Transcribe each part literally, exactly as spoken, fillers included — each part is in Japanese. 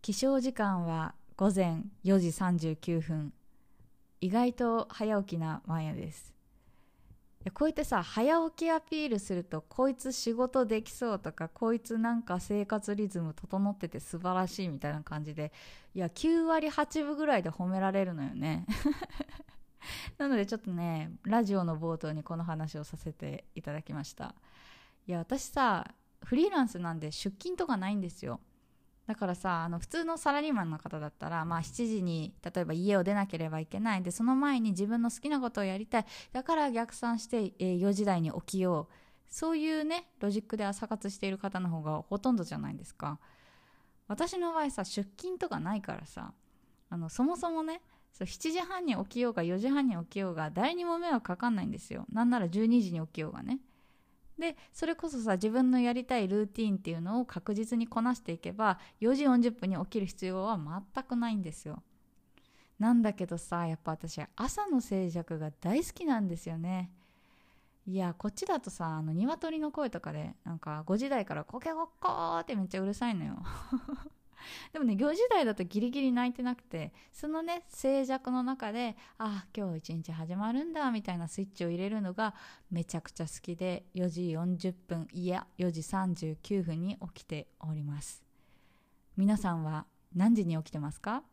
起床時間は午前よじさんじゅうきゅうふん。意外と早起きなマヤです。こうやってさ、早起きアピールすると、こいつ仕事できそうとか、こいつなんか生活リズム整ってて素晴らしいみたいな感じで、いやきゅうわりはちぶぐらいで褒められるのよね。なのでちょっとね、ラジオの冒頭にこの話をさせていただきました。いや私さ、フリーランスなんで出勤とかないんですよ。だからさ、あの普通のサラリーマンの方だったら、まあ、しちじに例えば家を出なければいけないで、その前に自分の好きなことをやりたい、だから逆算して、えー、よじ台に起きよう、そういうねロジックで朝活している方の方がほとんどじゃないですか。私の場合さ、出勤とかないからさ、あのそもそもね、そうしちじはんに起きようがよじはんに起きようが誰にも迷惑かかんないんですよ。なんならじゅうにじに起きようがね。でそれこそさ、自分のやりたいルーティーンっていうのを確実にこなしていけばよじよんじゅっぷんに起きる必要は全くないんですよ。なんだけどさ、やっぱ私朝の静寂が大好きなんですよね。いやこっちだとさ、あの鶏の声とかでなんかごじ台からコケコッコーってめっちゃうるさいのよ。でもね、よじ台だとギリギリ泣いてなくて、そのね静寂の中で、ああ今日一日始まるんだみたいなスイッチを入れるのがめちゃくちゃ好きで、よじよんじゅっぷん、いやよじさんじゅうきゅうふんに起きております。皆さんは何時に起きてますか？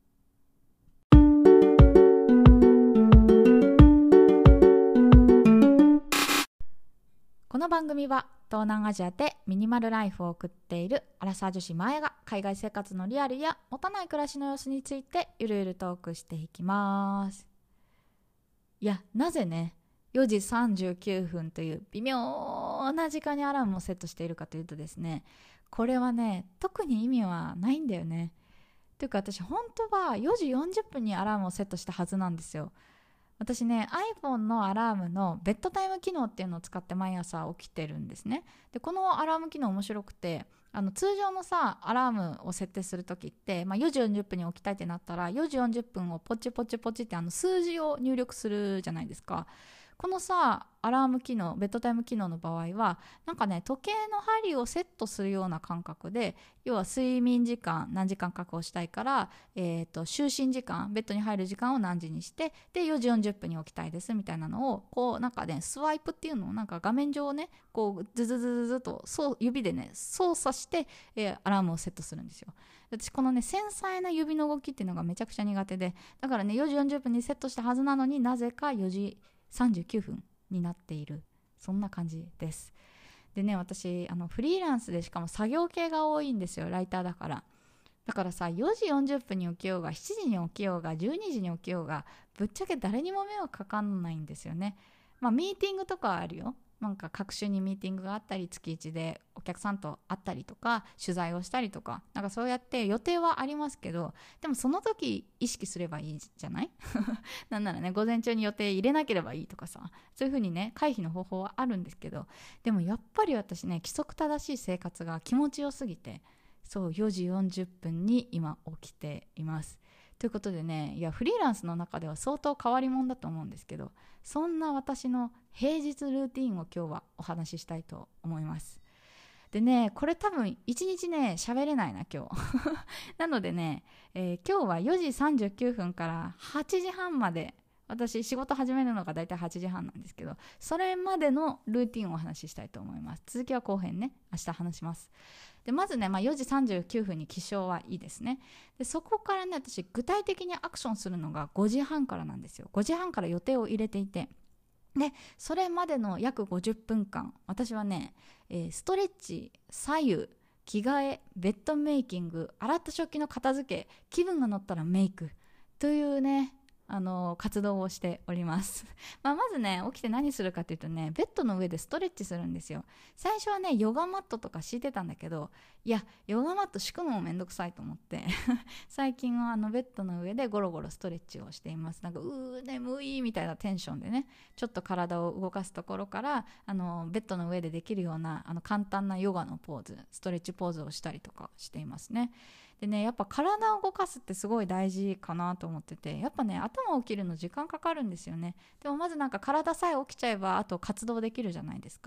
この番組は東南アジアでミニマルライフを送っているアラサー女子マヤが海外生活のリアルや持たない暮らしの様子についてゆるゆるトークしていきます。いやなぜねよじさんじゅうきゅうふんという微妙な時間にアラームをセットしているかというとですね、これはね特に意味はないんだよね。というか私本当はよじよんじゅっぷんにアラームをセットしたはずなんですよ。私ね iPhone のアラームのベッドタイム機能っていうのを使って毎朝起きてるんですね。でこのアラーム機能面白くて、あの通常のさアラームを設定するときって、まあ、よじよんじゅっぷんに起きたいってなったらよじよんじゅっぷんをポチポチポチってあの数字を入力するじゃないですか。このさアラーム機能、ベッドタイム機能の場合はなんかね時計の針をセットするような感覚で、要は睡眠時間何時間確保したいから、えーと就寝時間、ベッドに入る時間を何時にして、でよじよんじゅっぷんに起きたいですみたいなのをこうなんかねスワイプっていうのをなんか画面上をねこうズズズズズとそう指でね操作して、えーアラームをセットするんですよ。私このね繊細な指の動きっていうのがめちゃくちゃ苦手で、だからねよじよんじゅっぷんにセットしたはずなのになぜかよじさんじゅうきゅうふんになっている、そんな感じです。でね、私あのフリーランスでしかも作業系が多いんですよ、ライターだから。だからさよじよんじゅっぷんに起きようがしちじに起きようがじゅうにじに起きようがぶっちゃけ誰にも迷惑かかんないんですよね。まあミーティングとかはあるよ。なんか各種にミーティングがあったり、月いちでお客さんと会ったりとか取材をしたりとか、なんかそうやって予定はありますけど、でもその時意識すればいいじゃない。なんならね午前中に予定入れなければいいとかさ、そういう風にね回避の方法はあるんですけど、でもやっぱり私ね規則正しい生活が気持ちよすぎて、そうよじよんじゅっぷんに今起きています。ということでね、いやフリーランスの中では相当変わり者だと思うんですけど、そんな私の平日ルーティンを今日はお話ししたいと思います。でね、これ多分一日ね喋れないな今日。なのでね、えー今日はよじさんじゅうきゅうふんからはちじはんまで、私仕事始めるのがだいたいはちじはんなんですけど、それまでのルーティンをお話ししたいと思います。続きは後編ね、明日話します。でまずね、まあ、よじさんじゅうきゅうふんに起床はいいですね。でそこからね私具体的にアクションするのがごじはんからなんですよ。ごじはんから予定を入れていて、でそれまでの約ごじゅっぷんかん私はね、えーストレッチ、左右、着替え、ベッドメイキング、洗った食器の片付け、気分が乗ったらメイクというねあの活動をしております。まあ、まずね起きて何するかというとね、ベッドの上でストレッチするんですよ。最初はねヨガマットとか敷いてたんだけど、いやヨガマット敷くのもめんどくさいと思って最近はあのベッドの上でゴロゴロストレッチをしています。なんかうー眠いみたいなテンションでね、ちょっと体を動かすところからあのベッドの上でできるようなあの簡単なヨガのポーズ、ストレッチポーズをしたりとかしていますね。でね、やっぱ体を動かすってすごい大事かなと思ってて、やっぱね頭起きるの時間かかるんですよね。でもまずなんか体さえ起きちゃえばあと活動できるじゃないですか。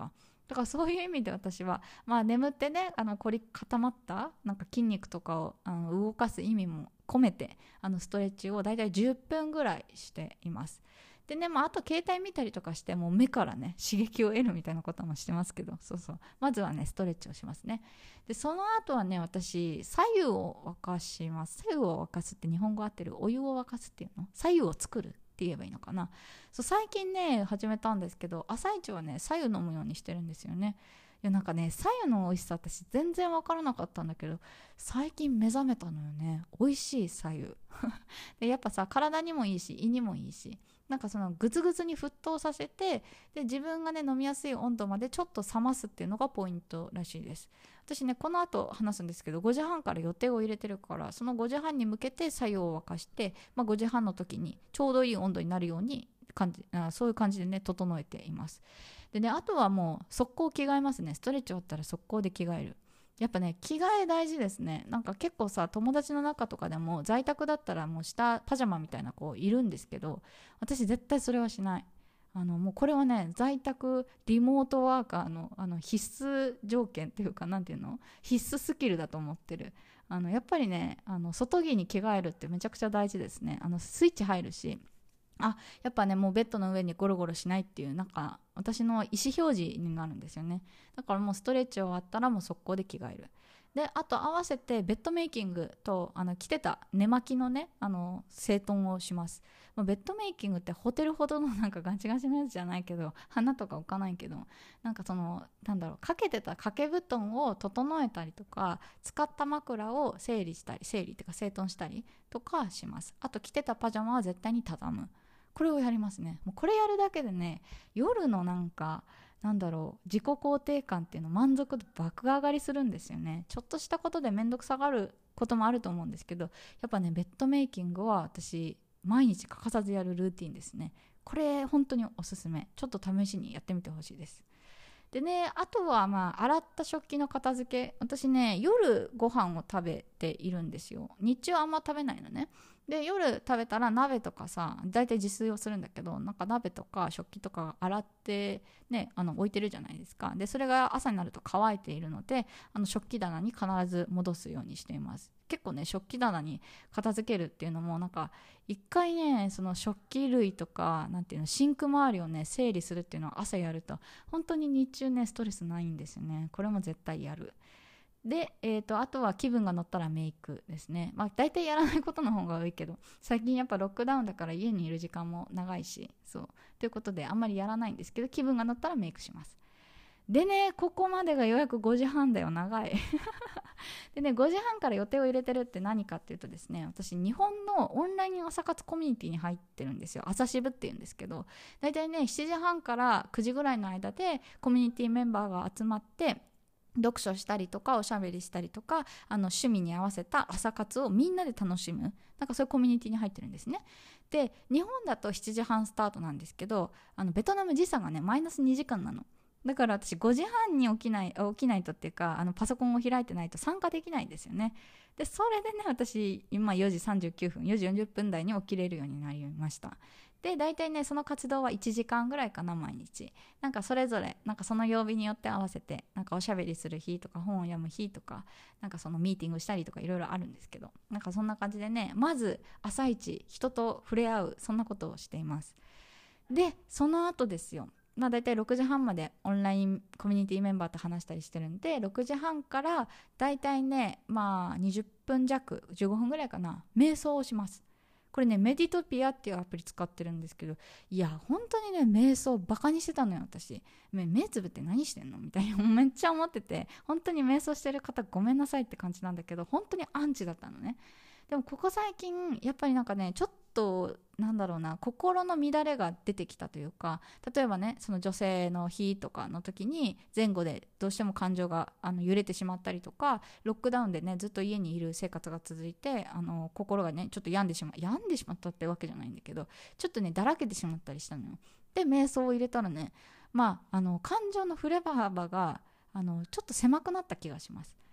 だからそういう意味で私は、まあ、眠ってねあの凝り固まったなんか筋肉とかをあの動かす意味も込めてあのストレッチをだいたいじゅっぷんぐらいしています。でね、まあ、あと携帯見たりとかしてもう目からね刺激を得るみたいなこともしてますけど、そうそう、まずはねストレッチをしますね。でその後はね、私白湯を沸かします。白湯を沸かすって日本語合ってる？お湯を沸かすっていうの？白湯を作るって言えばいいのかな。そう最近ね始めたんですけど、朝一はね白湯飲むようにしてるんですよね。いやなんかね白湯の美味しさ私全然分からなかったんだけど、最近目覚めたのよね。美味しい白湯でやっぱさ体にもいいし胃にもいいし、なんかそのグツグツに沸騰させて、で自分がね飲みやすい温度までちょっと冷ますっていうのがポイントらしいです。私ねこの後話すんですけどごじはんから予定を入れてるから、そのごじはんに向けて白湯を沸かして、まあ、ごじはんの時にちょうどいい温度になるように感じあそういう感じでね整えています。でねあとはもう速攻着替えますね。ストレッチ終わったら速攻で着替える。やっぱね着替え大事ですね。なんか結構さ友達の中とかでも在宅だったらもう下パジャマみたいな子いるんですけど、私絶対それはしない。あのもうこれはね在宅リモートワーカーの、あの必須条件っていうか、なんていうの、必須スキルだと思ってる。あのやっぱりねあの外着に着替えるってめちゃくちゃ大事ですね。あのスイッチ入るし、あやっぱねもうベッドの上にゴロゴロしないっていう、なんか私の意思表示になるんですよね。だからもうストレッチ終わったらもう速攻で着替える。であと合わせてベッドメイキングとあの着てた寝巻きのねあの整頓をします。まあ、ベッドメイキングってホテルほどのなんかガチガチのやつじゃないけど、花とか置かないけど、なんかそのなんだろう、かけてた掛け布団を整えたりとか、使った枕を整理したり、整理っていうか整頓したりとかします。あと着てたパジャマは絶対に畳む。これをやりますね。もうこれやるだけでね夜のなんかなんだろう自己肯定感っていうの満足度爆上がりするんですよね。ちょっとしたことでめんどくさがることもあると思うんですけど、やっぱねベッドメイキングは私毎日欠かさずやるルーティンですね。これ本当におすすめ。ちょっと試しにやってみてほしいです。でねあとはまあ洗った食器の片付け、私ね夜ご飯を食べているんですよ。日中あんま食べないのね。で夜食べたら鍋とかさ大体自炊をするんだけど、なんか鍋とか食器とか洗ってねあの置いてるじゃないですか。でそれが朝になると乾いているので、あの食器棚に必ず戻すようにしています。結構ね食器棚に片付けるっていうのもなんか一回ねその食器類とかなんていうのシンク周りをね整理するっていうのを朝やると本当に日中ねストレスないんですよね。これも絶対やる。で、えーと、あとは気分が乗ったらメイクですね。まあ大体やらないことの方が多いけど、最近やっぱロックダウンだから家にいる時間も長いし、そうということであんまりやらないんですけど、気分が乗ったらメイクします。でねここまでがようやくごじはんだよ。長いでねごじはんから予定を入れてるって何かっていうとですね、私日本のオンライン朝活コミュニティに入ってるんですよ。朝渋っていうんですけど、だいたいねしちじはんからくじぐらいの間でコミュニティメンバーが集まって読書したりとかおしゃべりしたりとか、あの趣味に合わせた朝活をみんなで楽しむ、なんかそういうコミュニティに入ってるんですね。で日本だとしちじはんスタートなんですけど、あのベトナム時差がねマイナスにじかんなの。だから私ごじはんに起きない起きないとっていうか、あのパソコンを開いてないと参加できないんですよね。でそれでね私今よじさんじゅうきゅうふんよじよんじゅっぷん台に起きれるようになりました。で大体ねその活動はいちじかんぐらいかな毎日。なんかそれぞれなんかその曜日によって合わせてなんかおしゃべりする日とか本を読む日とか、なんかそのミーティングしたりとかいろいろあるんですけど、なんかそんな感じでねまず朝一人と触れ合う、そんなことをしています。でその後ですよ、まあ、だいたいろくじはんまでオンラインコミュニティメンバーと話したりしてるんで、ろくじはんからだいたいねまあにじゅっぷん弱じゅうごふんぐらいかな瞑想をします。これねメディトピアっていうアプリ使ってるんですけど、いや本当にね瞑想バカにしてたのよ私。目つぶって何してんのみたいなめっちゃ思ってて、本当に瞑想してる方ごめんなさいって感じなんだけど、本当にアンチだったのね。でもここ最近やっぱりなんかねちょっとなんだろうな心の乱れが出てきたというか、例えばねその女性の日とかの時に前後でどうしても感情があの揺れてしまったりとか、ロックダウンでねずっと家にいる生活が続いてあの心がねちょっと病んでしまう病んでしまったってわけじゃないんだけど、ちょっとねだらけてしまったりしたのよ。で瞑想を入れたらねまああの感情の振れ幅があのちょっと狭くなった気がします。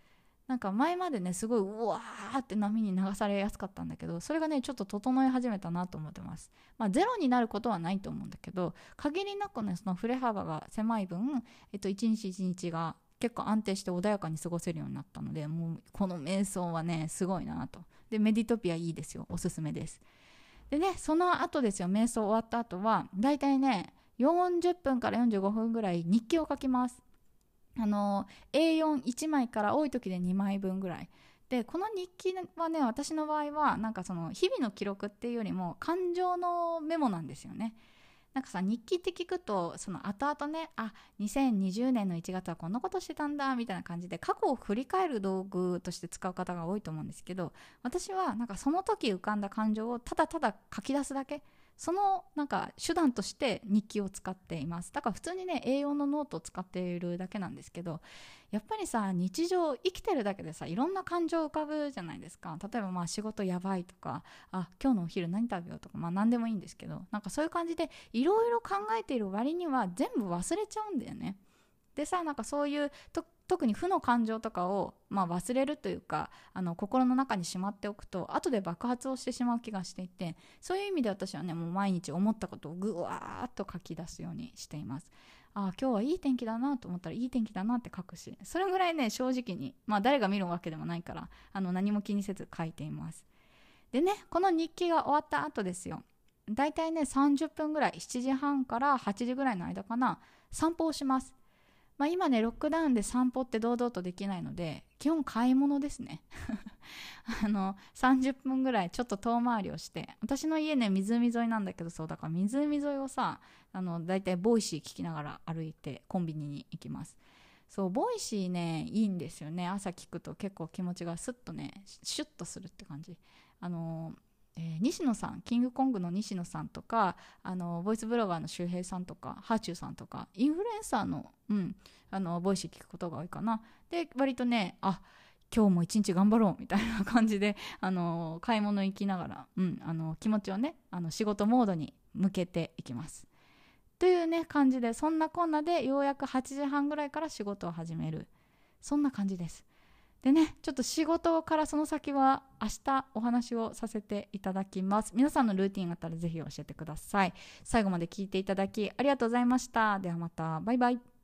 なんか前までねすごいうわーって波に流されやすかったんだけど、それがねちょっと整い始めたなと思ってます。まあゼロになることはないと思うんだけど、限りなくねその振れ幅が狭い分、えっと、一日一日が結構安定して穏やかに過ごせるようになったので、もうこの瞑想はねすごいなと。でメディトピアいいですよ、おすすめです。でね、その後ですよ、瞑想終わった後はだいたいねよんじゅっぷんからよんじゅうごふんぐらい日記を書きます。あの エーよんいち 枚から多い時でにまいぶんぐらいで、この日記はね私の場合はなんかその日々の記録っていうよりも感情のメモなんですよね。なんかさ、日記って聞くとその後々ね、あにせんにじゅうねんのいちがつはこんなことしてたんだみたいな感じで過去を振り返る道具として使う方が多いと思うんですけど、私はなんかその時浮かんだ感情をただただ書き出すだけ、そのなんか手段として日記を使っています。だから普通にね エーよん のノートを使っているだけなんですけど、やっぱりさ日常生きてるだけでさいろんな感情浮かぶじゃないですか。例えばまあ仕事やばいとか、あ今日のお昼何食べようとか、まあ何でもいいんですけど、なんかそういう感じでいろいろ考えている割には全部忘れちゃうんだよね。でさ、なんかそういうと特に負の感情とかを、まあ、忘れるというか、あの心の中にしまっておくと後で爆発をしてしまう気がしていて、そういう意味で私はねもう毎日思ったことをぐわーっと書き出すようにしています。ああ今日はいい天気だなと思ったらいい天気だなって書くし、それぐらいね正直に、まあ誰が見るわけでもないからあの何も気にせず書いています。でね、この日記が終わった後ですよ、だいたいねさんじゅっぷんぐらい、しちじはんからはちじぐらいの間かな、散歩をします。まあ、今ねロックダウンで散歩って堂々とできないので基本買い物ですねあのさんじゅっぷんぐらいちょっと遠回りをして、私の家ね湖沿いなんだけど、そうだから湖沿いをさ、あのだいたいボイシー聞きながら歩いてコンビニに行きます。そうボイシーねいいんですよね。朝聞くと結構気持ちがスッとねシュッとするって感じ。あのえー、西野さん、キングコングの西野さんとか、あのボイスブロガーの周平さんとかハーチューさんとかインフルエンサーの、うん、あのボイシー聞くことが多いかな。で割とね、あ今日も一日頑張ろうみたいな感じであの買い物行きながら、うん、あの気持ちをねあの仕事モードに向けていきますというね感じで、そんなこんなでようやくはちじはんぐらいから仕事を始める、そんな感じです。でね、ちょっと仕事からその先は明日お話をさせていただきます。皆さんのルーティンがあったらぜひ教えてください。最後まで聞いていただきありがとうございました。ではまた、バイバイ。